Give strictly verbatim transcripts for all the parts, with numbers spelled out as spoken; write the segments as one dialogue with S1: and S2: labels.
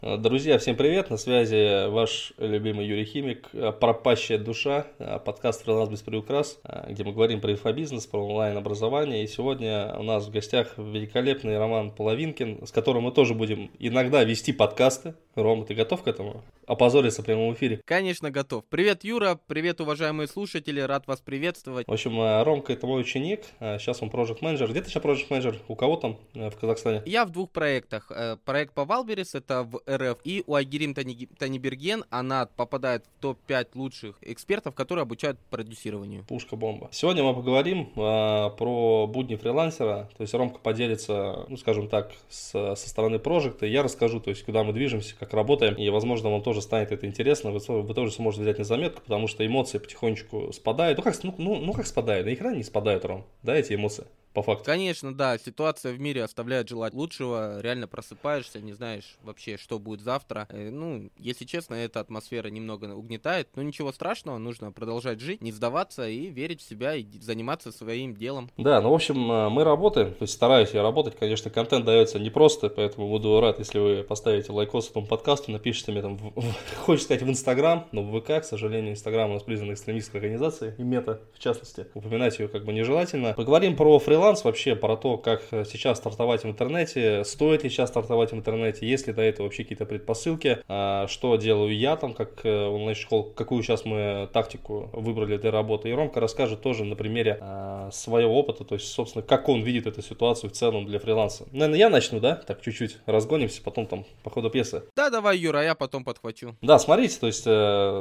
S1: Друзья, всем привет, на связи ваш любимый Юрий Химик, пропащая душа, подкаст «Фриланс без приукрас», где мы говорим про инфобизнес, про онлайн-образование. И сегодня у нас в гостях великолепный Роман Половинкин, с которым мы тоже будем иногда вести подкасты. Рома, ты готов к этому? Опозориться в прямом эфире?
S2: Конечно, готов. Привет, Юра, привет, уважаемые слушатели, рад вас приветствовать.
S1: В общем, Ромка — это мой ученик, сейчас он проект-менеджер. Где ты сейчас проект-менеджер? У кого там в Казахстане?
S2: Я в двух проектах. Проект по Валберес, это в эр эф, и у Айгерим Таниберген, она попадает в топ пять лучших экспертов, которые обучают продюсированию.
S1: Пушка-бомба. Сегодня мы поговорим э, про будни фрилансера, то есть Ромка поделится, ну скажем так, с, со стороны прожекта, я расскажу, то есть куда мы движемся, как работаем, и возможно вам тоже станет это интересно, вы, вы тоже сможете взять на заметку, потому что эмоции потихонечку спадают. Ну как, ну, ну, ну как спадают? На экране не спадают, Ром, да, эти эмоции? По факту.
S2: Конечно, да, ситуация в мире оставляет желать лучшего, реально просыпаешься, не знаешь вообще, что будет завтра. Ну, если честно, эта атмосфера немного угнетает, но ничего страшного, нужно продолжать жить, не сдаваться и верить в себя, и заниматься своим делом.
S1: Да, ну, в общем, мы работаем, то есть стараюсь я работать, конечно, контент дается непросто, поэтому буду рад, если вы поставите лайкос этому подкасту, напишите мне там, в, в, хочется сказать, в Инстаграм, но в ВК, к сожалению, Инстаграм у нас признан экстремистской организацией, и Мета, в частности, упоминать ее как бы нежелательно. Поговорим про фриланс, вообще про то, как сейчас стартовать в интернете, стоит ли сейчас стартовать в интернете, есть ли до этого вообще какие-то предпосылки, что делаю я там, как онлайн-школ, какую сейчас мы тактику выбрали для работы. И Ромка расскажет тоже на примере своего опыта, то есть, собственно, как он видит эту ситуацию в целом для фриланса. Наверное, я начну, да? Так, чуть-чуть разгонимся, потом там по ходу пьесы.
S2: Да, давай, Юра, я потом подхвачу.
S1: Да, смотрите, то есть,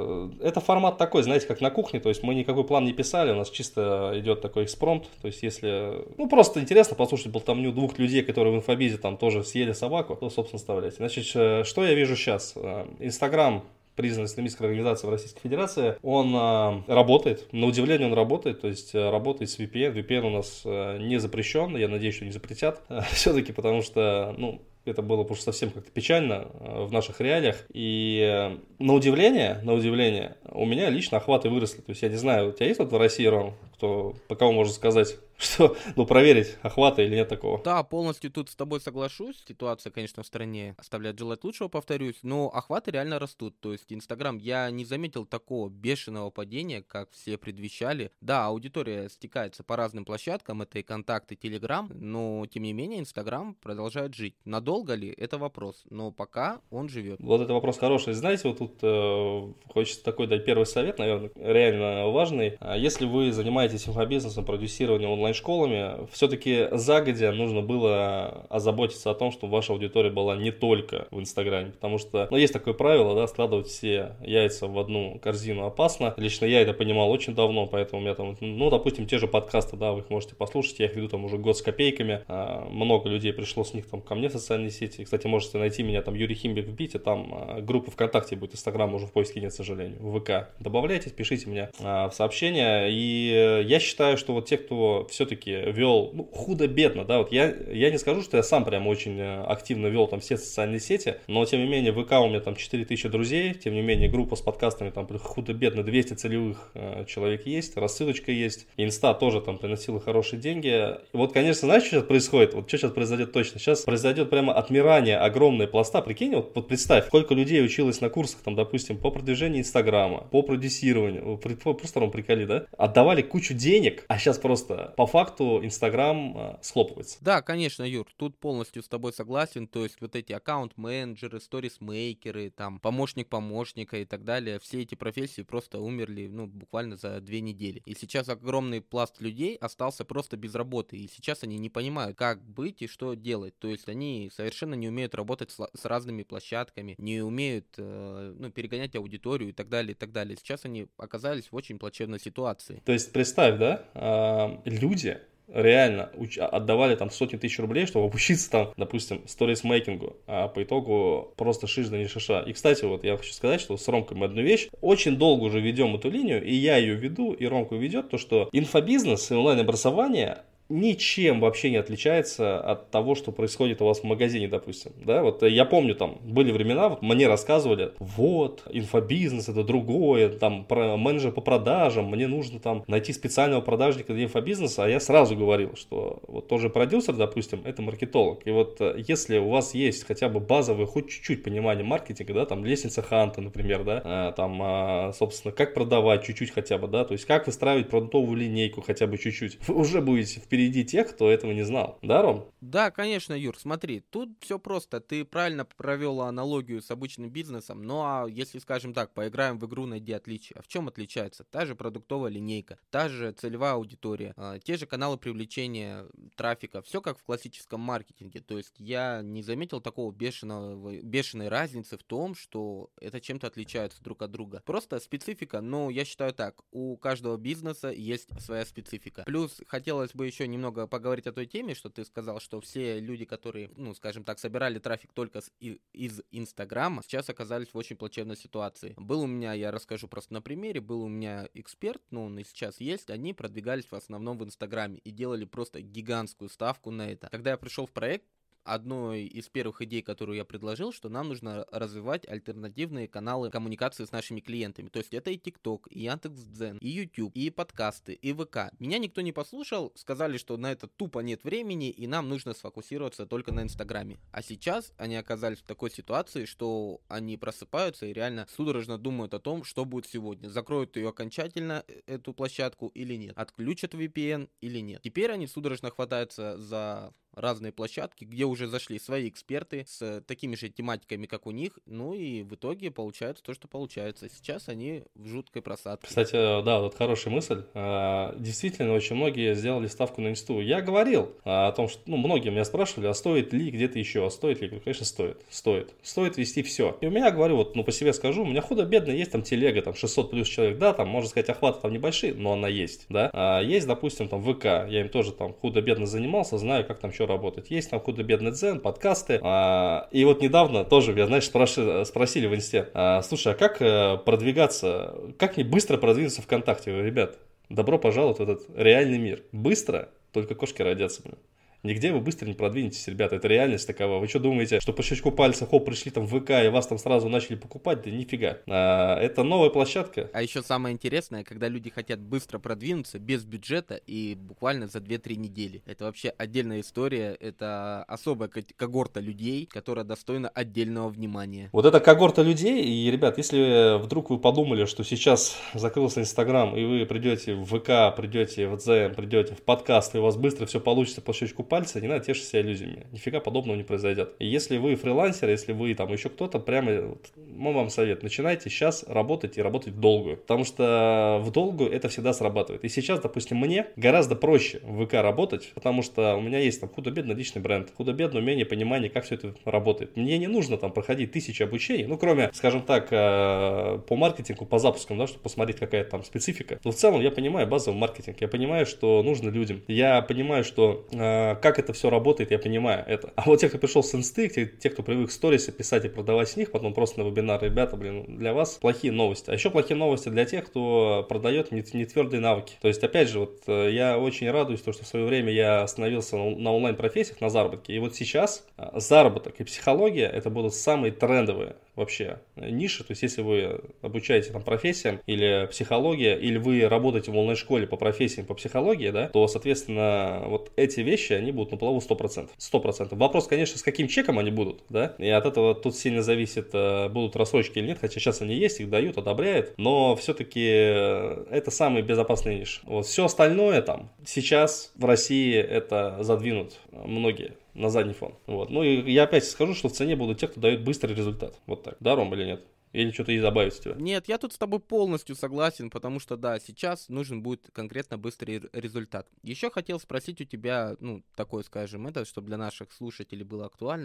S1: это формат такой, знаете, как на кухне, то есть, мы никакой план не писали, у нас чисто идет такой экспромт, то есть, если... Ну, просто интересно послушать болтовню двух людей, которые в инфобизе там тоже съели собаку, то, собственно, вставляйте. Значит, что я вижу сейчас? Инстаграм, признанная экстремистской организацией в Российской Федерации, он э, работает, на удивление он работает, то есть э, работает с ви пи эн. ви пи эн у нас э, не запрещен, я надеюсь, что не запретят, э, все-таки, потому что, ну, это было просто совсем как-то печально э, в наших реалиях. И э, на удивление, на удивление, у меня лично охваты выросли. То есть я не знаю, у тебя есть вот в России, Ром, кто, по кому можно сказать, что, ну, проверить, охвата или нет такого?
S2: Да, полностью тут с тобой соглашусь. Ситуация, конечно, в стране оставляет желать лучшего, повторюсь, но охваты реально растут. То есть Инстаграм, я не заметил такого бешеного падения, как все предвещали. Да, аудитория стекается по разным площадкам, это и контакты, Телеграм, но, тем не менее, Инстаграм продолжает жить. Надолго ли? Это вопрос, но пока он живет.
S1: Вот это вопрос хороший. Знаете, вот тут э, хочется такой дать первый совет, наверное, реально важный. Если вы занимаетесь инфобизнесом, продюсированием онлайн школами, все-таки загодя нужно было озаботиться о том, чтобы ваша аудитория была не только в Инстаграме, потому что, ну, есть такое правило, да, складывать все яйца в одну корзину опасно. Лично я это понимал очень давно, поэтому у меня там, ну, допустим, те же подкасты, да, вы их можете послушать, я их веду там уже год с копейками, а, много людей пришло с них там ко мне в социальные сети. Кстати, можете найти меня там Юрий Химик вбить, там а, группа ВКонтакте будет, Инстаграм уже в поиске нет, к сожалению, в ВК. Добавляйтесь, пишите мне а, в сообщения, и я считаю, что вот те, кто все все-таки вел, ну, худо-бедно, да, вот я, я не скажу, что я сам прям очень активно вел там все социальные сети, но тем не менее в ВК у меня там четыре тысячи друзей, тем не менее группа с подкастами там худо-бедно двести целевых э, человек есть, рассылочка есть, Инста тоже там приносила хорошие деньги. И вот, конечно, знаешь, что сейчас происходит? Вот что сейчас произойдет точно? Сейчас произойдет прямо отмирание огромной пласта, прикинь, вот, вот представь, сколько людей училось на курсах, там, допустим, по продвижению Инстаграма, по продюсированию, просто вам приколи, да, отдавали кучу денег, а сейчас просто по факту Инстаграм э, схлопывается.
S2: Да, конечно, Юр, тут полностью с тобой согласен, то есть вот эти аккаунт-менеджеры, сторис-мейкеры, там, помощник помощника и так далее, все эти профессии просто умерли, ну, буквально за две недели. И сейчас огромный пласт людей остался просто без работы, и сейчас они не понимают, как быть и что делать, то есть они совершенно не умеют работать с, с разными площадками, не умеют, э, ну, перегонять аудиторию и так далее, и так далее. Сейчас они оказались в очень плачевной ситуации.
S1: То есть представь, да, э, люди реально уч- отдавали там сотни тысяч рублей, чтобы обучиться там, допустим, сторисмейкингу, а по итогу просто шиш да не шиша. И, кстати, вот я хочу сказать, что с Ромкой мы одну вещь, очень долго уже ведем эту линию, и я ее веду, и Ромка ведет, то, что инфобизнес и онлайн-образование ничем вообще не отличается от того, что происходит у вас в магазине, допустим. Да, вот я помню, там были времена, вот мне рассказывали, вот, инфобизнес это другое, там про менеджер по продажам, мне нужно там найти специального продажника для инфобизнеса, а я сразу говорил, что вот тоже продюсер, допустим, это маркетолог. И вот если у вас есть хотя бы базовое, хоть чуть-чуть понимание маркетинга, да, там лестница Ханта, например, да, там, собственно, как продавать чуть-чуть хотя бы, да, то есть как выстраивать продуктовую линейку хотя бы чуть-чуть, вы уже будете впереди Впереди тех, кто этого не знал. Да, Ром?
S2: Да, конечно, Юр, смотри, тут все просто. Ты правильно провел аналогию с обычным бизнесом, ну а если, скажем так, поиграем в игру «Найди отличия». А в чем отличается? Та же продуктовая линейка, та же целевая аудитория, те же каналы привлечения трафика. Все как в классическом маркетинге. То есть я не заметил такого бешеного, бешеной разницы в том, что это чем-то отличается друг от друга. Просто специфика, но я считаю так, у каждого бизнеса есть своя специфика. Плюс хотелось бы еще немного поговорить о той теме, что ты сказал, что все люди, которые, ну, скажем так, собирали трафик только с, и, из Инстаграма, сейчас оказались в очень плачевной ситуации. Был у меня, я расскажу просто на примере, был у меня эксперт, ну, он и сейчас есть, они продвигались в основном в Инстаграме и делали просто гигантскую ставку на это. Когда я пришел в проект, одной из первых идей, которую я предложил, что нам нужно развивать альтернативные каналы коммуникации с нашими клиентами. То есть это и ТикТок, и Яндекс.Дзен, и YouTube, и подкасты, и ВК. Меня никто не послушал, сказали, что на это тупо нет времени, и нам нужно сфокусироваться только на Инстаграме. А сейчас они оказались в такой ситуации, что они просыпаются и реально судорожно думают о том, что будет сегодня. Закроют ее окончательно, эту площадку, или нет. Отключат ви пи эн или нет. Теперь они судорожно хватаются за разные площадки, где уже зашли свои эксперты с такими же тематиками, как у них, ну и в итоге получается то, что получается. Сейчас они в жуткой просадке.
S1: Кстати, да, вот хорошая мысль. Действительно, очень многие сделали ставку на инсту. Я говорил о том, что, ну, многие меня спрашивали, а стоит ли где-то еще, а стоит ли? Я говорю, конечно, стоит, стоит. Стоит вести все. И у меня, говорю, вот, ну, по себе скажу, у меня худо-бедно есть там телега, там шестьсот плюс человек, да, там, можно сказать, охваты там небольшие, но она есть, да. А есть, допустим, там ВК, я им тоже там худо-бедно занимался, знаю, как там еще работать. Есть там худо-бедный дзен, подкасты. А, и вот недавно тоже меня, знаешь, спраши, спросили в инсте, а, слушай, а как а, продвигаться, как не быстро продвинуться ВКонтакте? Я говорю, ребят, добро пожаловать в этот реальный мир. Быстро, только кошки родятся. Нигде вы быстро не продвинетесь, ребята, это реальность такова. Вы что думаете, что по щелчку пальца, хоп, пришли там в ВК и вас там сразу начали покупать? Да нифига. А, это новая площадка.
S2: А еще самое интересное, когда люди хотят быстро продвинуться без бюджета и буквально за две-три недели. Это вообще отдельная история, это особая когорта людей, которая достойна отдельного внимания.
S1: Вот эта когорта людей, и, ребят, если вдруг вы подумали, что сейчас закрылся Инстаграм, и вы придете в ВК, придете в Дзен, придете в подкаст, и у вас быстро все получится по щелчку пальца, не надо тешить себя иллюзиями. Нифига подобного не произойдет. И если вы фрилансер, если вы там еще кто-то, прямо вот, мой вам совет, начинайте сейчас работать и работать в долгую. Потому что в долгую это всегда срабатывает. И сейчас, допустим, мне гораздо проще в ВК работать, потому что у меня есть там худо-бедно личный бренд, худо-бедно умение, понимание, как все это работает. Мне не нужно там проходить тысячи обучений, ну, кроме, скажем так, по маркетингу, по запускам, да, чтобы посмотреть, какая там специфика. Но в целом я понимаю базовый маркетинг, я понимаю, что нужно людям. Я понимаю, что как это все работает, я понимаю это. А вот те, кто пришел с инсты, те, те кто привык сторисы писать и продавать с них, потом просто на вебинар, ребята, блин, для вас плохие новости. А еще плохие новости для тех, кто продает не, не твердые навыки. То есть, опять же, вот я очень радуюсь, что в свое время я остановился на, на онлайн-профессиях, на заработке. И вот сейчас заработок и психология это будут самые трендовые вообще ниши. То есть, если вы обучаете там профессиям или психология, или вы работаете в онлайн-школе по профессиям, по психологии, да, то, соответственно, вот эти вещи, они будут на плаву сто процентов. сто процентов. Вопрос, конечно, с каким чеком они будут, да, и от этого тут сильно зависит, будут рассрочки или нет, хотя сейчас они есть, их дают, одобряют, но все-таки это самые безопасные ниши. Вот все остальное там сейчас в России это задвинут многие на задний фон. Вот. Ну и я опять скажу, что в цене будут те, кто дает быстрый результат. Вот так. Да, Ром, или нет? Или что-то и добавить у тебя?
S2: Нет, я тут с тобой полностью согласен, потому что, да, сейчас нужен будет конкретно быстрый результат. Еще хотел спросить у тебя, ну, такое, скажем, это, чтобы для наших слушателей было актуально.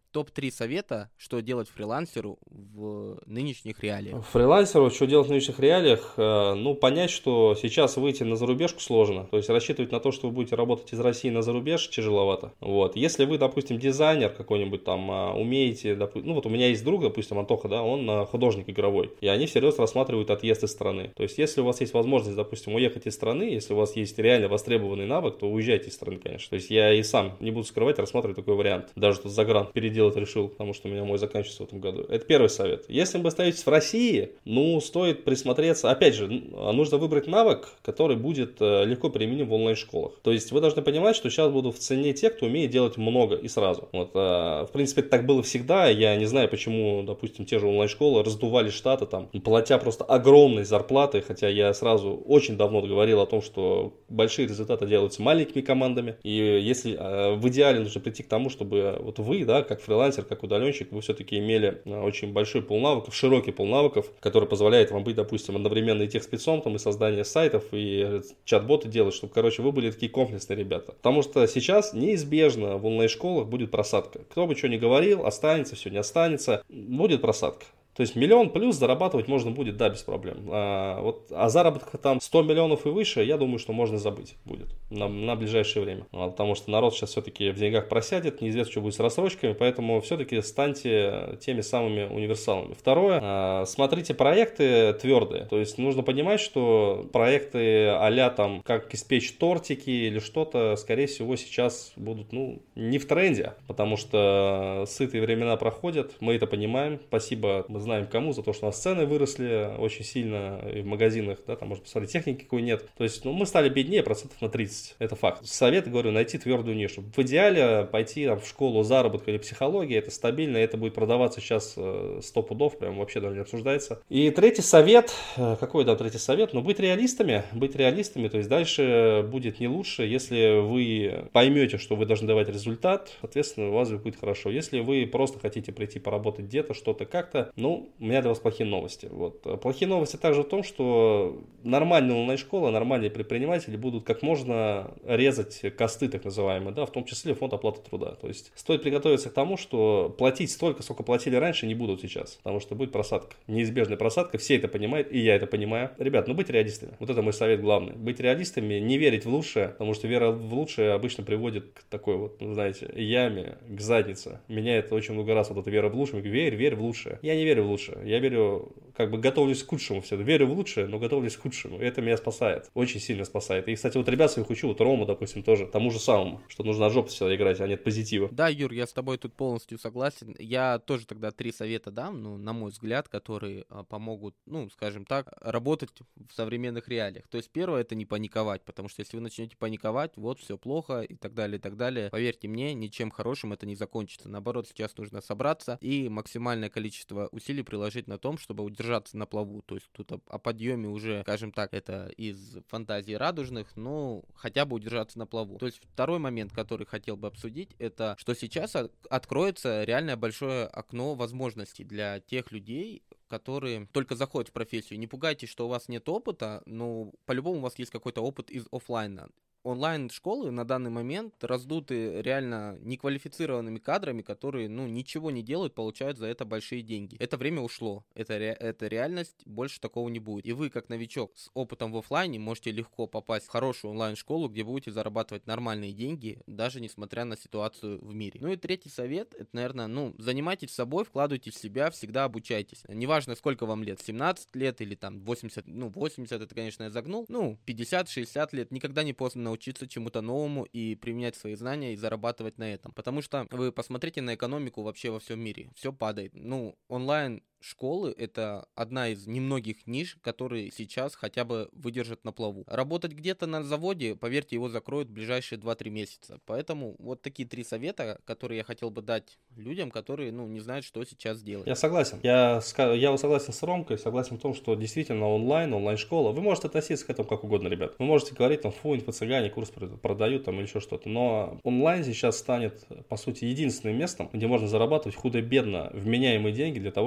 S2: топ три совета, что делать фрилансеру в нынешних реалиях.
S1: Фрилансеру, что делать в нынешних реалиях? Ну, понять, что сейчас выйти на зарубежку сложно. То есть рассчитывать на то, что вы будете работать из России на зарубеж, тяжеловато. Вот. Если вы, допустим, дизайнер какой-нибудь там, умеете, допу- ну вот у меня есть друг, допустим, Антоха, да, он художник игровой, и они всерьез рассматривают отъезд из страны. То есть если у вас есть возможность, допустим, уехать из страны, если у вас есть реально востребованный навык, то уезжайте из страны, конечно. То есть я и сам не буду скрывать, рассматривать такой вариант. Даже тут загрант переделать решил, потому что у меня мой заканчивается в этом году. Это первый совет. Если вы остаетесь в России, ну, стоит присмотреться. Опять же, нужно выбрать навык, который будет легко применим в онлайн-школах. То есть вы должны понимать, что сейчас будут в цене те, кто умеет делать много и сразу. Вот, в принципе, так было всегда. Я не знаю, почему, допустим, те же онлайн-школы раздували штаты, там, платя просто огромные зарплаты, хотя я сразу очень давно говорил о том, что большие результаты делаются маленькими командами. И если в идеале нужно прийти к тому, чтобы вот вы, да, как фрилансер, как удаленщик, вы все-таки имели очень большой пул навыков, широкий пул навыков, который позволяет вам быть, допустим, одновременно и техспецом, там, и создание сайтов, и чат-боты делать, чтобы, короче, вы были такие комплексные ребята. Потому что сейчас неизбежно в онлайн-школах будет просадка. Кто бы что ни говорил, останется, все не останется, будет просадка. То есть миллион плюс зарабатывать можно будет, да, без проблем. А, вот, а заработка там сто миллионов и выше, я думаю, что можно забыть будет на, на ближайшее время. А, потому что народ сейчас все-таки в деньгах просядет, неизвестно, что будет с рассрочками, поэтому все-таки станьте теми самыми универсалами. Второе, а, смотрите проекты твердые. То есть нужно понимать, что проекты а-ля там, как испечь тортики или что-то, скорее всего, сейчас будут, ну, не в тренде, потому что сытые времена проходят, мы это понимаем. Спасибо, мы знаем кому, за то, что у нас цены выросли очень сильно и в магазинах, да, там можно посмотреть, техники какой нет. То есть, ну, мы стали беднее процентов на тридцать, это факт. Совет, говорю, найти твердую нишу. В идеале пойти там, в школу заработка или психологии, это стабильно, это будет продаваться сейчас сто пудов, прям вообще даже не обсуждается. И третий совет, какой, да, третий совет, ну, быть реалистами, быть реалистами, то есть дальше будет не лучше, если вы поймете, что вы должны давать результат, соответственно, у вас будет хорошо. Если вы просто хотите прийти поработать где-то, что-то как-то, ну, у меня для вас плохие новости. Вот. Плохие новости также в том, что нормальные онлайн-школы, нормальные предприниматели будут как можно резать косты, так называемые, да, в том числе фонд оплаты труда. То есть стоит приготовиться к тому, что платить столько, сколько платили раньше, не будут сейчас, потому что будет просадка. Неизбежная просадка, все это понимают, и я это понимаю. Ребят, ну быть реалистами. Вот это мой совет главный. Быть реалистами, не верить в лучшее, потому что вера в лучшее обычно приводит к такой вот, ну, знаете, яме, к заднице. Меня это очень много раз, вот эта вера в лучшее, верь, верь в лучшее. Я не верю в лучшее. Я верю, как бы готовлюсь к худшему все. Верю в лучшее, но готовлюсь к худшему. И это меня спасает. Очень сильно спасает. И, кстати, вот ребят своих учу, вот Рому, допустим, тоже, тому же самому, что нужно от жопы всегда играть, а нет позитива.
S2: Да, Юр, я с тобой тут полностью согласен. Я тоже тогда три совета дам, ну, на мой взгляд, которые а, помогут, ну, скажем так, работать в современных реалиях. То есть первое — это не паниковать, потому что если вы начнете паниковать, вот, все плохо и так далее, и так далее. Поверьте мне, ничем хорошим это не закончится. Наоборот, сейчас нужно собраться и максимальное количество усилий приложить на том, чтобы удержаться на плаву. То есть тут о, о подъеме уже, скажем так, это из фантазий радужных, но хотя бы удержаться на плаву. То есть второй момент, который хотел бы обсудить, это что сейчас от, откроется реально большое окно возможностей для тех людей, которые только заходят в профессию. Не пугайтесь, что у вас нет опыта, но по-любому у вас есть какой-то опыт из офлайна. Онлайн-школы на данный момент раздуты реально неквалифицированными кадрами, которые, ну, ничего не делают, получают за это большие деньги. Это время ушло, это, ре- это реальность, больше такого не будет. И вы, как новичок с опытом в офлайне, можете легко попасть в хорошую онлайн-школу, где будете зарабатывать нормальные деньги, даже несмотря на ситуацию в мире. Ну и третий совет, это, наверное, ну, занимайтесь собой, вкладывайте в себя, всегда обучайтесь. Неважно, сколько вам лет, семнадцать лет или там восемьдесят, ну, восемьдесят, это, конечно, я загнул, ну, пятьдесят-шестьдесят лет, никогда не поздно научиться учиться чему-то новому и применять свои знания и зарабатывать на этом. Потому что вы посмотрите на экономику вообще во всем мире. Все падает. Ну, онлайн школы — это одна из немногих ниш, которые сейчас хотя бы выдержат на плаву. Работать где-то на заводе, поверьте, его закроют в ближайшие два-три месяца. Поэтому вот такие три совета, которые я хотел бы дать людям, которые, ну, не знают, что сейчас делать.
S1: Я согласен. Я, я согласен с Ромкой, согласен в том, что действительно онлайн, онлайн-школа, вы можете относиться к этому как угодно, ребят. Вы можете говорить, там, фу, инфо-цыгане, курс продают, там, или еще что-то. Но онлайн сейчас станет, по сути, единственным местом, где можно зарабатывать худо-бедно вменяемые деньги для того, чтобы просто с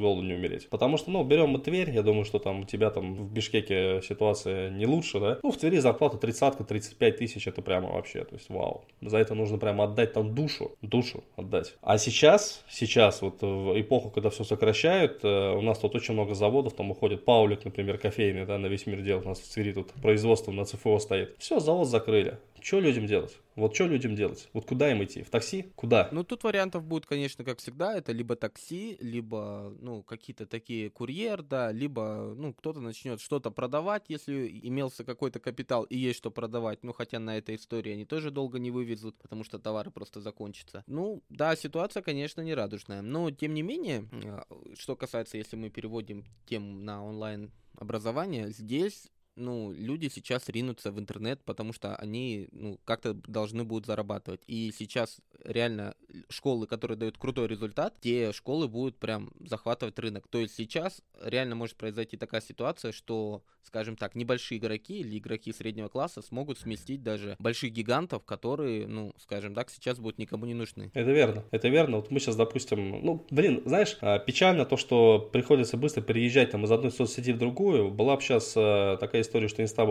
S1: голоду не умереть. Потому что, ну, берем мы Тверь, я думаю, что там у тебя там в Бишкеке ситуация не лучше, да? Ну, в Твери зарплата тридцать-тридцать пять тысяч, это прямо вообще, то есть вау. За это нужно прямо отдать там душу, душу отдать. А сейчас, сейчас вот в эпоху, когда все сокращают, у нас тут очень много заводов, там уходит Паулик, например, кофейный, да, на весь мир делает, у нас в Твери тут производство на ЦФО стоит. Все, завод закрыли. Что людям делать? Вот что людям делать? Вот куда им идти? В такси? Куда?
S2: Ну, тут вариантов будет, конечно, как всегда. Это либо такси, либо, ну, какие-то такие курьер, да, либо, ну, кто-то начнет что-то продавать, если имелся какой-то капитал и есть что продавать. Ну, хотя на этой истории они тоже долго не вывезут, потому что товары просто закончатся. Ну, да, ситуация, конечно, не радужная. Но, тем не менее, что касается, если мы переводим тему на онлайн образование, здесь... Ну, люди сейчас ринутся в интернет, потому что они, ну, как-то должны будут зарабатывать. И сейчас реально школы, которые дают крутой результат, те школы будут прям захватывать рынок. То есть сейчас реально может произойти такая ситуация, что, скажем так, небольшие игроки или игроки среднего класса смогут сместить даже больших гигантов, которые, ну, скажем так, сейчас будут никому не нужны.
S1: Это верно, это верно. Вот мы сейчас, допустим, ну, блин, знаешь, печально то, что приходится быстро переезжать там из одной соцсети в другую. Была бы сейчас такая история, что Инста,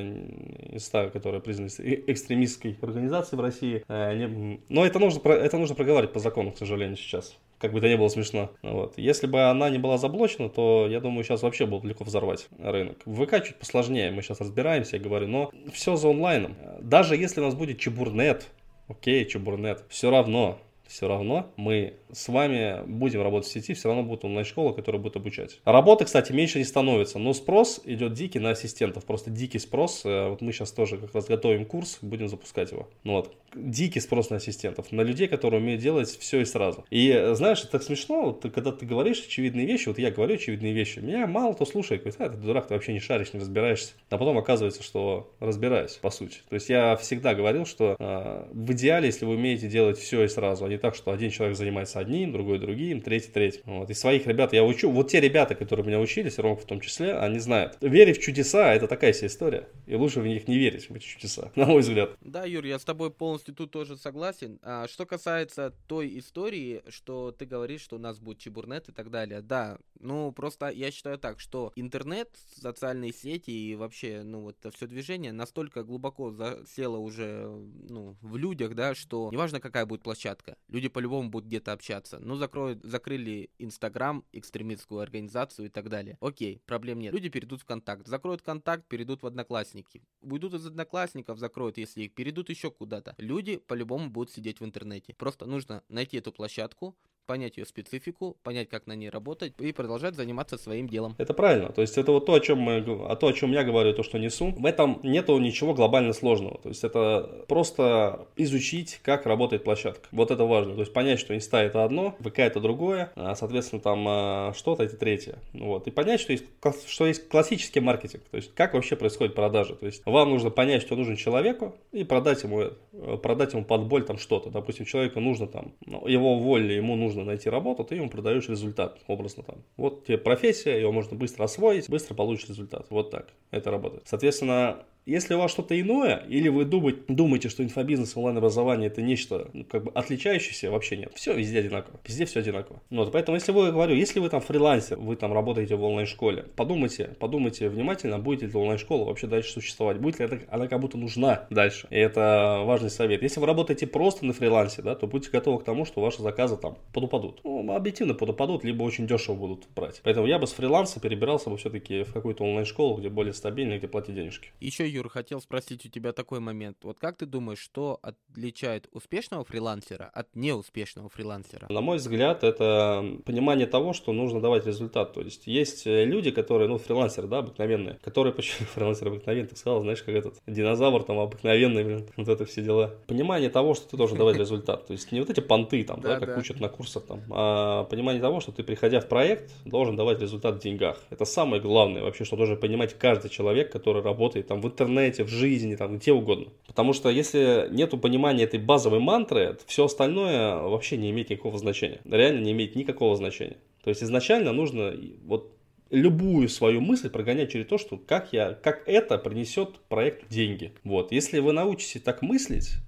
S1: Инста, которая признана экстремистской организацией в России, не... но это нужно, это нужно проговаривать по закону, к сожалению, сейчас. Как бы это ни было смешно. Вот. Если бы она не была заблочена, то, я думаю, сейчас вообще было бы легко взорвать рынок. В ВК чуть посложнее, мы сейчас разбираемся, я говорю, но все за онлайном. Даже если у нас будет чебурнет, окей, чебурнет, все равно, все равно мы с вами будем работать в сети, все равно будет онлайн-школа, которая будет обучать. Работы, кстати, меньше не становится, но спрос идет дикий на ассистентов, просто дикий спрос. Вот мы сейчас тоже как раз готовим курс, будем запускать его. Ну вот, дикий спрос на ассистентов, на людей, которые умеют делать все и сразу. И знаешь, это так смешно, вот, когда ты говоришь очевидные вещи, вот я говорю очевидные вещи, меня мало кто слушает, говорит, а, ты дурак, ты вообще не шаришь, не разбираешься. А потом оказывается, что разбираюсь, по сути. То есть я всегда говорил, что э, в идеале, если вы умеете делать все и сразу, а не так, что один человек занимается одним, другой другим, третий третьим. Вот. И своих ребят я учу. Вот те ребята, которые меня учились, Ромка в том числе, они знают. Верить в чудеса — это такая себе история. И лучше в них не верить, в эти чудеса, на мой взгляд.
S2: Да, Юр, я с тобой полностью тут тоже согласен. А что касается той истории, что ты говоришь, что у нас будет чебурнет и так далее. Да, ну просто я считаю так, что интернет, социальные сети и вообще, ну вот это все движение настолько глубоко засело уже, ну, в людях, да, что неважно, какая будет площадка, люди по-любому будут где-то общаться. Ну, закроют, закрыли Инстаграм, экстремистскую организацию и так далее. Окей, проблем нет. Люди перейдут в Контакт. Закроют Контакт, перейдут в Одноклассники. Уйдут из Одноклассников, закроют, если их перейдут еще куда-то. Люди по-любому будут сидеть в интернете. Просто нужно найти эту площадку, понять ее специфику, понять, как на ней работать и продолжать заниматься своим делом.
S1: Это правильно. То есть это вот то, о чем мы, а то, о чем я говорю, то, что несу. В этом нету ничего глобально сложного. То есть это просто изучить, как работает площадка. Вот это важно. То есть понять, что Инста — это одно, ВК — это другое, а, соответственно, там что-то — это третье. Вот. И понять, что есть, что есть классический маркетинг. То есть как вообще происходит продажа. То есть вам нужно понять, что нужно человеку, и продать ему, продать ему под боль там что-то. Допустим, человеку нужно там, ну, его уволили, ему нужно найти работу, ты ему продаешь результат, образно там. Вот тебе профессия, ее можно быстро освоить, быстро получишь результат. Вот так это работает. Соответственно, если у вас что-то иное, или вы думаете, что инфобизнес, онлайн-образование — это нечто, ну, как бы отличающееся, вообще нет. Все везде одинаково. Везде все одинаково. Ну, вот, поэтому, если вы, говорю, если вы там фрилансер, вы там работаете в онлайн-школе, подумайте, подумайте внимательно, будет ли эта онлайн-школа вообще дальше существовать, будет ли это, она как будто нужна дальше. И это важный совет. Если вы работаете просто на фрилансе, да, то будьте готовы к тому, что ваши заказы там подупадут. Ну, объективно подупадут, либо очень дешево будут брать. Поэтому я бы с фриланса перебирался бы все-таки в какую-то онлайн-школу, где более стабильно, где платить денежки.
S2: Еще, Юр, хотел спросить у тебя такой момент. Вот как ты думаешь, что отличает успешного фрилансера от неуспешного фрилансера?
S1: На мой взгляд, это понимание того, что нужно давать результат. То есть есть люди, которые, ну, фрилансеры, да, обыкновенные, которые, почему фрилансер обыкновенный, ты сказал, знаешь, как этот динозавр там обыкновенный, блин, вот это все дела. Понимание того, что ты должен давать результат. То есть не вот эти понты там, да, как учат на курсах там, а понимание того, что ты, приходя в проект, должен давать результат в деньгах. Это самое главное вообще, что должен понимать каждый человек, который работает там в интернете, в жизни, там, где угодно. Потому что если нету понимания этой базовой мантры, все остальное вообще не имеет никакого значения. Реально не имеет никакого значения. То есть изначально нужно вот любую свою мысль прогонять через то, что как, я, как это принесет проект деньги. Вот. Если вы научитесь так мыслить,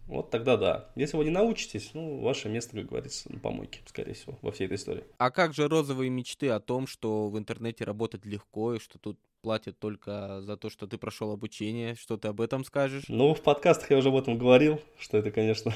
S1: вот тогда да. Если вы не научитесь, ну, ваше место, как говорится, на помойке, скорее всего, во всей этой истории.
S2: А как же розовые мечты о том, что в интернете работать легко и что тут платят только за то, что ты прошел обучение? Что ты об этом скажешь?
S1: Ну, в подкастах я уже об этом говорил, что это, конечно,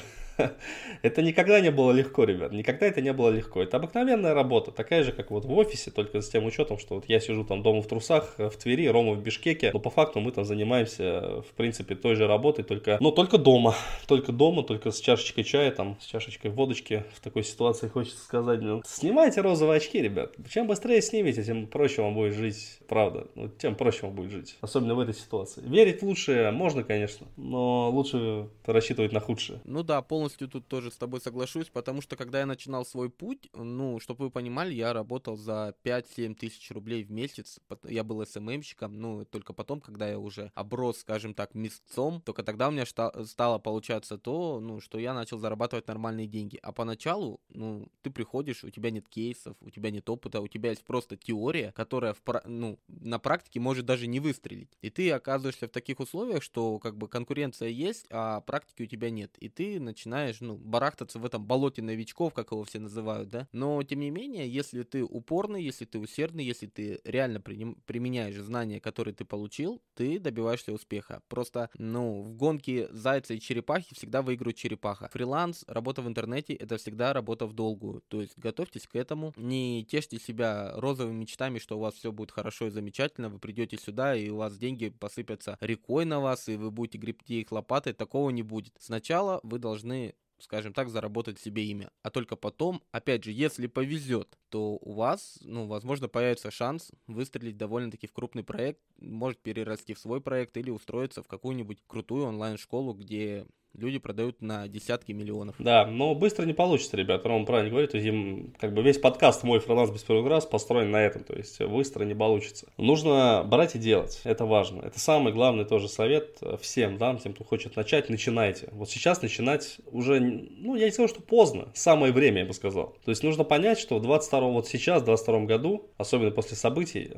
S1: это никогда не было легко, ребят, никогда это не было легко. Это обыкновенная работа, такая же, как вот в офисе, только с тем учетом, что вот я сижу там дома в трусах, в Твери, Рома в Бишкеке, но по факту мы там занимаемся, в принципе, той же работой, только, ну, только дома, только дома, только с чашечкой чая, там, с чашечкой водочки, в такой ситуации хочется сказать, ну, снимайте розовые очки, ребят, чем быстрее снимете, тем проще вам будет жить, правда, ну, тем проще вам будет жить, особенно в этой ситуации. Верить в лучшее можно, конечно, но лучше рассчитывать на худшее.
S2: Ну да, полностью тут тоже с тобой соглашусь, потому что когда я начинал свой путь, ну, чтобы вы понимали, я работал за пять-семь тысяч рублей в месяц, я был эс эм эм-щиком, ну, только потом, когда я уже оброс, скажем так, мясцом, только тогда у меня шта- стало получаться то, ну, что я начал зарабатывать нормальные деньги. А поначалу, ну, ты приходишь, у тебя нет кейсов, у тебя нет опыта, у тебя есть просто теория, которая в, ну, на практике может даже не выстрелить. И ты оказываешься в таких условиях, что как бы конкуренция есть, а практики у тебя нет. И ты начинаешь, ну, барахтаться в этом болоте новичков, как его все называют, да. Но, тем не менее, если ты упорный, если ты усердный, если ты реально приним- применяешь знания, которые ты получил, ты добиваешься успеха. Просто, ну, в гонке зайца и черепахи всегда выигрывает черепаха. Фриланс, работа в интернете — это всегда работа в долгую. То есть готовьтесь к этому, не тешьте себя розовыми мечтами, что у вас все будет хорошо и замечательно, вы придете сюда, и у вас деньги посыпятся рекой на вас, и вы будете гребти их лопатой. Такого не будет. Сначала вы должны, скажем так, заработать себе имя. А только потом, опять же, если повезет, то у вас, ну, возможно, появится шанс выстрелить довольно-таки в крупный проект, может перерасти в свой проект или устроиться в какую-нибудь крутую онлайн-школу, где люди продают на десятки миллионов.
S1: Да, но быстро не получится, ребята. Рома правильно говорит. То есть, им, как бы весь подкаст «Мой фриланс без первых раз» построен на этом. То есть быстро не получится. Нужно брать и делать. Это важно. Это самый главный тоже совет всем, да, тем, кто хочет начать. Начинайте. Вот сейчас начинать уже, ну, я не скажу, что поздно. Самое время, я бы сказал. То есть нужно понять, что в двадцать втором, вот сейчас, в двадцать втором году, особенно после событий,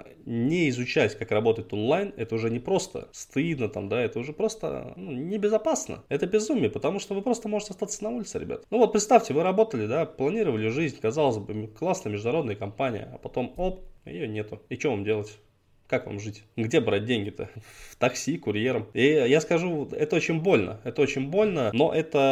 S1: не изучать, как работает онлайн, это уже не просто стыдно, там, да, это уже просто, ну, небезопасно. Это безумие, потому что вы просто можете остаться на улице, ребят. Ну вот представьте, вы работали, да, планировали жизнь, казалось бы, классная международная компания, а потом, оп, ее нету. И что вам делать? Как вам жить? Где брать деньги-то? В такси, курьером. И я скажу, это очень больно. Это очень больно, но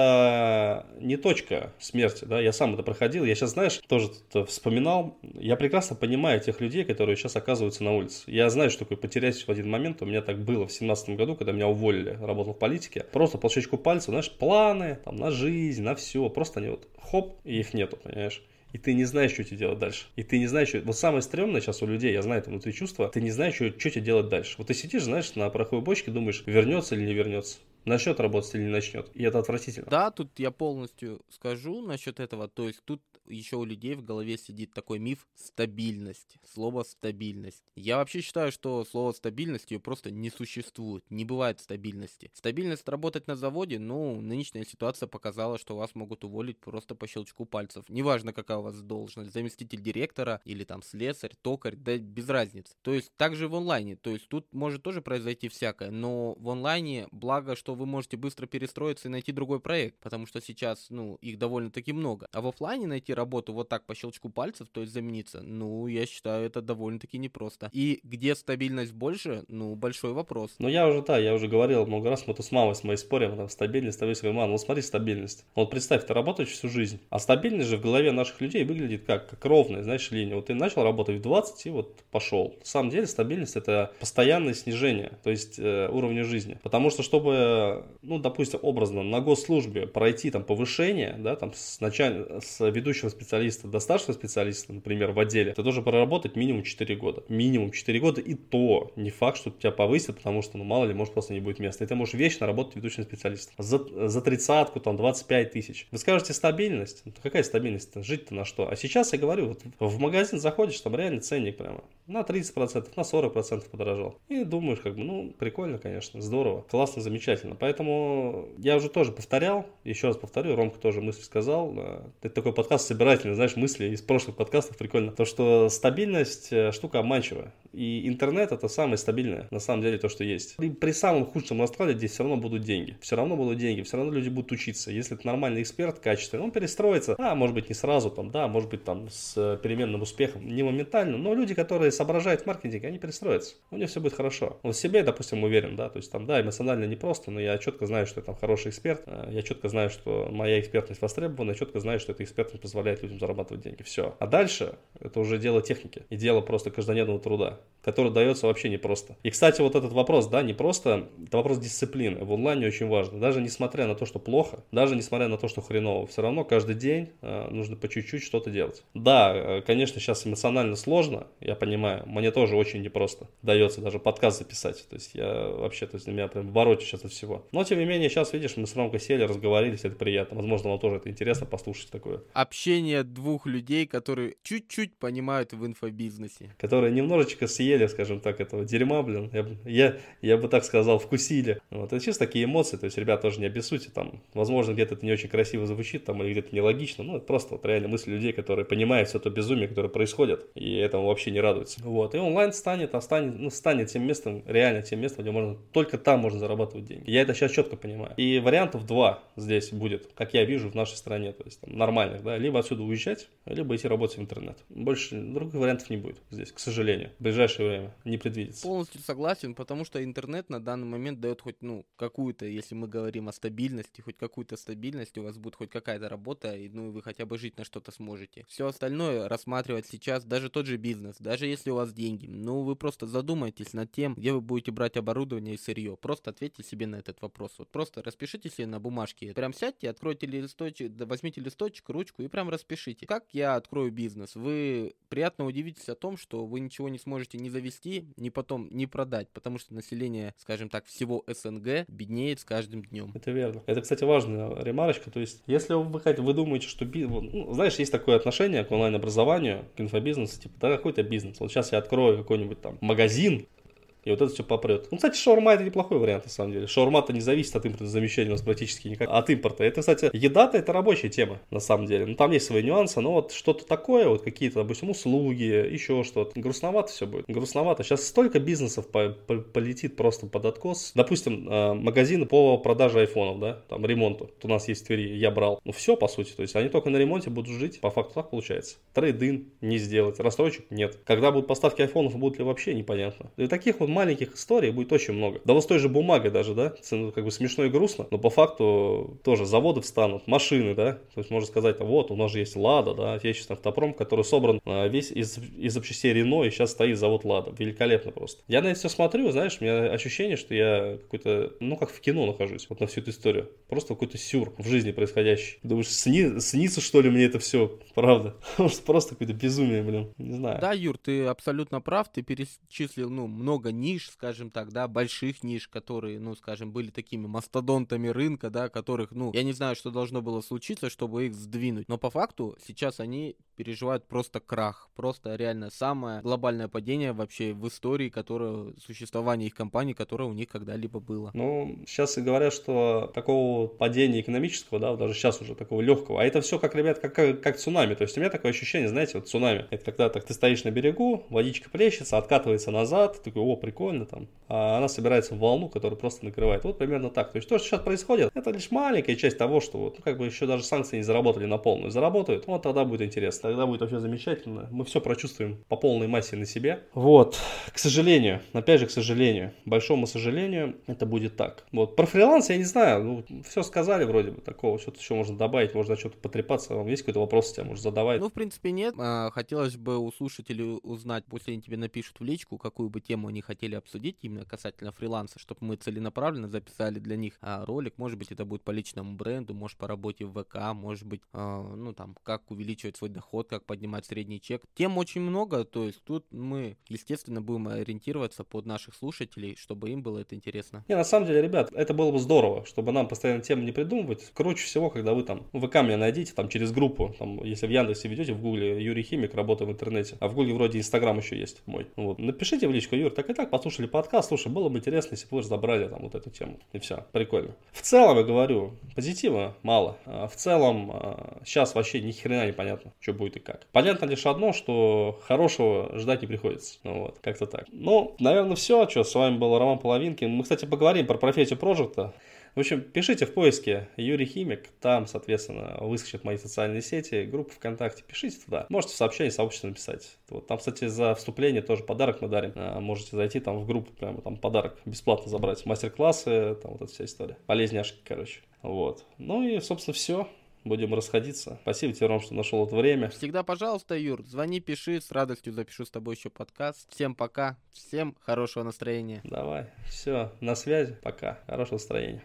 S1: это не точка смерти, да. Я сам это проходил. Я сейчас, знаешь, тоже вспоминал. Я прекрасно понимаю тех людей, которые сейчас оказываются на улице. Я знаю, что такое потерять в один момент. У меня так было в семнадцатом году, когда меня уволили. Работал в политике. Просто по щелчку пальца, знаешь, планы там, на жизнь, на все. Просто они вот хоп, и их нету, понимаешь? И ты не знаешь, что тебе делать дальше. И ты не знаешь, что... Вот самое стрёмное сейчас у людей, я знаю это внутри чувства, ты не знаешь, что, что тебе делать дальше. Вот ты сидишь, знаешь, на пороховой бочке, думаешь, вернется или не вернется. Начнет работать или не начнет. И это отвратительно.
S2: Да, тут я полностью скажу насчет этого. То есть тут еще у людей в голове сидит такой миф стабильность. Слово стабильность. Я вообще считаю, что слово стабильность ее просто не существует. Не бывает стабильности. Стабильность работать на заводе, ну, нынешняя ситуация показала, что вас могут уволить просто по щелчку пальцев. Неважно, какая у вас должность. Заместитель директора или там слесарь, токарь, да без разницы. То есть также в онлайне. То есть тут может тоже произойти всякое. Но в онлайне, благо, что вы можете быстро перестроиться и найти другой проект, потому что сейчас, ну, их довольно-таки много. А в офлайне найти работу вот так по щелчку пальцев, то есть замениться, ну, я считаю, это довольно-таки непросто. И где стабильность больше, ну, большой вопрос.
S1: Ну, я уже, да, я уже говорил много раз, мы тут с мамой с моей спорим, там, стабильность, стабильность, говорю, мама, ну, смотри, стабильность. Вот представь, ты работаешь всю жизнь, а стабильность же в голове наших людей выглядит как, как ровная, знаешь, линия. Вот ты начал работать в двадцать и вот пошел. На самом деле стабильность — это постоянное снижение, то есть э, уровня жизни. Потому что, чтобы ну, допустим, образно, на госслужбе пройти там повышение, да, там с, началь... с ведущего специалиста до старшего специалиста, например, в отделе, ты должен проработать минимум четыре года. Минимум четыре года, и то не факт, что тебя повысят, потому что, ну, мало ли, может, просто не будет места. И ты можешь вечно работать ведущим специалистом. За, за тридцатку, там, двадцать пять тысяч. Вы скажете, стабильность? Ну, какая стабильность-то? Жить-то на что? А сейчас я говорю, вот в магазин заходишь, там реально ценник прямо на тридцать процентов, на сорок процентов подорожал. И думаешь, как бы, ну, прикольно, конечно, здорово, классно, замечательно. Поэтому я уже тоже повторял, еще раз повторю, Ромка тоже мысль сказал. Это такой подкаст собирательный, знаешь, мысли из прошлых подкастов, прикольно. То, что стабильность штука обманчивая. И интернет это самое стабильное, на самом деле, то, что есть. И при самом худшем раскладе здесь все равно будут деньги. Все равно будут деньги, все равно люди будут учиться. Если это нормальный эксперт, качественный, он перестроится, а может быть не сразу, там, да, может быть там с переменным успехом, не моментально, но люди, которые соображают в маркетинге, они перестроятся. У них все будет хорошо. Он в себе, допустим, уверен, да, то есть там, да, эмоционально непросто, но я четко знаю, что я там хороший эксперт, я четко знаю, что моя экспертность востребована, я четко знаю, что эта экспертность позволяет людям зарабатывать деньги. Все. А дальше это уже дело техники и дело просто каждодневного труда, который дается вообще непросто. И, кстати, вот этот вопрос, да, не просто, это вопрос дисциплины. В онлайне очень важно. Даже несмотря на то, что плохо, даже несмотря на то, что хреново, все равно каждый день э, нужно по чуть-чуть что-то делать. Да, э, конечно, сейчас эмоционально сложно, я понимаю, мне тоже очень непросто дается даже подкаст записать. То есть я вообще, то есть для меня прям ворочаю сейчас от всего. Но, тем не менее, сейчас, видишь, мы с Ромкой сели, разговорились, это приятно. Возможно, вам тоже это интересно послушать такое.
S2: Общение двух людей, которые чуть-чуть понимают в инфобизнесе.
S1: Которые немножечко съели, скажем так, этого дерьма, блин. Я, я, я бы так сказал, вкусили. Вот, это чисто такие эмоции, то есть, ребят, тоже не обессудьте, там, возможно, где-то это не очень красиво звучит, там, или где-то нелогично, ну, это просто вот реально мысли людей, которые понимают все то безумие, которое происходит, и этому вообще не радуются. Вот, и онлайн станет, останет, ну, станет тем местом, реально тем местом, где можно, только там можно зарабатывать деньги. Я это сейчас четко понимаю. И вариантов два здесь будет, как я вижу в нашей стране, то есть, там, нормальных, да, либо отсюда уезжать, либо идти работать в интернет. Больше других вариантов не будет здесь, к сожалению, в ближайшее время не предвидится.
S2: Полностью согласен, потому что интернет на данный момент дает хоть, ну, какую-то, если мы говорим о стабильности, хоть какую-то стабильность, у вас будет хоть какая-то работа, и, ну, вы хотя бы жить на что-то сможете. Все остальное рассматривать сейчас, даже тот же бизнес, даже если у вас деньги, ну, вы просто задумайтесь над тем, где вы будете брать оборудование и сырье. Просто ответьте себе на этот вопрос. Вот просто распишите себе на бумажке. Прям сядьте, откройте листочек, возьмите листочек, ручку и прям распишите. Как я открою бизнес? Вы приятно удивитесь о том, что вы ничего не сможете ни завести, ни потом не продать, потому что население, скажем так, всего СНГ беднеет с каждым днем.
S1: Это верно. Это, кстати, важная ремарочка. То есть, если вы, вы думаете, что бизнес... Ну, знаешь, есть такое отношение к онлайн-образованию, к инфобизнесу, типа, да какой-то бизнес. Вот сейчас я открою какой-нибудь там магазин, и вот это все попрет. Ну, кстати, шаурма это неплохой вариант, на самом деле. Шаурма-то не зависит от импортозамещения у нас практически никак. От импорта. Это, кстати, еда-то это рабочая тема, на самом деле. Ну, там есть свои нюансы, но вот что-то такое, вот какие-то, допустим, услуги, еще что-то. Грустновато все будет. Грустновато. Сейчас столько бизнесов по- по- полетит просто под откос. Допустим, э, магазины по продаже айфонов, да, там, ремонту. Вот у нас есть в Твери, я брал. Ну, все, по сути. То есть, они только на ремонте будут жить. По факту так получается. Трейд-ин не сделать. Рассрочек нет. Когда будут поставки айфонов, будут ли вообще непонятно. И таких вот маленьких историй будет очень много. Да вот с той же бумагой даже, да, как бы смешно и грустно, но по факту тоже заводы встанут, машины, да, то есть можно сказать, вот, у нас же есть Лада, да, отечественный автопром, который собран весь из, из запчастей Рено, и сейчас стоит завод Лада. Великолепно просто. Я на это все смотрю, знаешь, у меня ощущение, что я какой-то, ну, как в кино нахожусь, вот на всю эту историю. Просто какой-то сюр в жизни происходящий. Думаешь, сни, снится, что ли, мне это все, правда? Просто какое-то безумие, блин, не знаю.
S2: Да, Юр, ты абсолютно прав, ты перечислил, ну, много ниш, скажем так, да, больших ниш, которые, ну, скажем, были такими мастодонтами рынка, да, которых, ну, я не знаю, что должно было случиться, чтобы их сдвинуть, но по факту сейчас они переживают просто крах, просто реально самое глобальное падение вообще в истории, которое, существование их компаний, которое у них когда-либо было.
S1: Ну, сейчас и говорят, что такого падения экономического, да, даже сейчас уже такого легкого, а это все, как, ребят, как, как, как цунами, то есть у меня такое ощущение, знаете, вот цунами, это когда так ты стоишь на берегу, водичка плещется, откатывается назад, такой, о, прикольно там, а она собирается в волну, которая просто накрывает. Вот примерно так. То есть то, что сейчас происходит, это лишь маленькая часть того, что вот, ну, как бы еще даже санкции не заработали на полную. Заработают, вот тогда будет интересно, тогда будет вообще замечательно. Мы все прочувствуем по полной массе на себе. Вот, к сожалению, опять же, к сожалению, большому сожалению, это будет так. Вот, про фриланс я не знаю, ну, все сказали вроде бы такого, что-то еще можно добавить, можно что-то потрепаться. Вам есть какой-то вопрос, тебя может задавать?
S2: Ну, в принципе, нет. А, хотелось бы у слушателей узнать, после они тебе напишут в личку, какую бы тему они хотели обсудить, именно касательно фриланса, чтобы мы целенаправленно записали для них а, ролик. Может быть, это будет по личному бренду, может, по работе в ВК, может быть, а, ну, там, как увеличивать свой доход, как поднимать средний чек. Тем очень много, то есть тут мы, естественно, будем ориентироваться под наших слушателей, чтобы им было это интересно.
S1: Не, на самом деле, ребят, это было бы здорово, чтобы нам постоянно темы не придумывать. Круче всего, когда вы там, в ВК меня найдите, там, через группу, там, если в Яндексе ведете, в Гугле Юрий Химик, работаю в интернете, а в Гугле вроде Инстаграм еще есть мой. Вот. Напишите в личку, Юр, так и так так, послушали подкаст, слушай, было бы интересно, если бы вы разобрали там вот эту тему. И все, прикольно. В целом, я говорю, позитива мало. В целом, сейчас вообще ни хрена не понятно, что будет и как. Понятно лишь одно, что хорошего ждать не приходится. Ну, вот, как-то так. Ну, наверное, все. Что, с вами был Роман Половинкин. Мы, кстати, поговорим про профессию проекта. В общем, пишите в поиске Юрий Химик, там, соответственно, выскочат мои социальные сети, группа ВКонтакте, пишите туда. Можете в сообщении сообщества написать. Вот, там, кстати, за вступление тоже подарок мы дарим. А, можете зайти там в группу, прямо там подарок бесплатно забрать. Мастер-классы, там вот эта вся история. Полезняшки, короче. Вот. Ну и, собственно, все. Будем расходиться. Спасибо тебе, Ром, что нашел это время.
S2: Всегда, пожалуйста, Юр, звони, пиши, с радостью запишу с тобой еще подкаст. Всем пока, всем хорошего настроения.
S1: Давай, все, на связи, пока, хорошего настроения.